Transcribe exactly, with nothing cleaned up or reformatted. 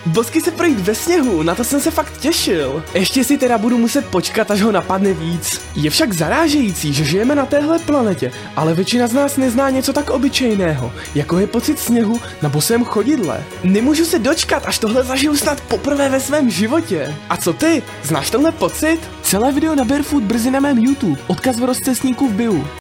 Bosky se projít ve sněhu, na to jsem se fakt těšil. Ještě si teda budu muset počkat, až ho napadne víc. Je však zarážející, že žijeme na téhle planetě, ale většina z nás nezná něco tak obyčejného, jako je pocit sněhu na bosém chodidle. Nemůžu se dočkat, až tohle zažiju snad poprvé ve svém životě. A co ty? Znáš tenhle pocit? Celé video na Barefoot brzy na mém YouTube, odkaz v rozcestníku v bio.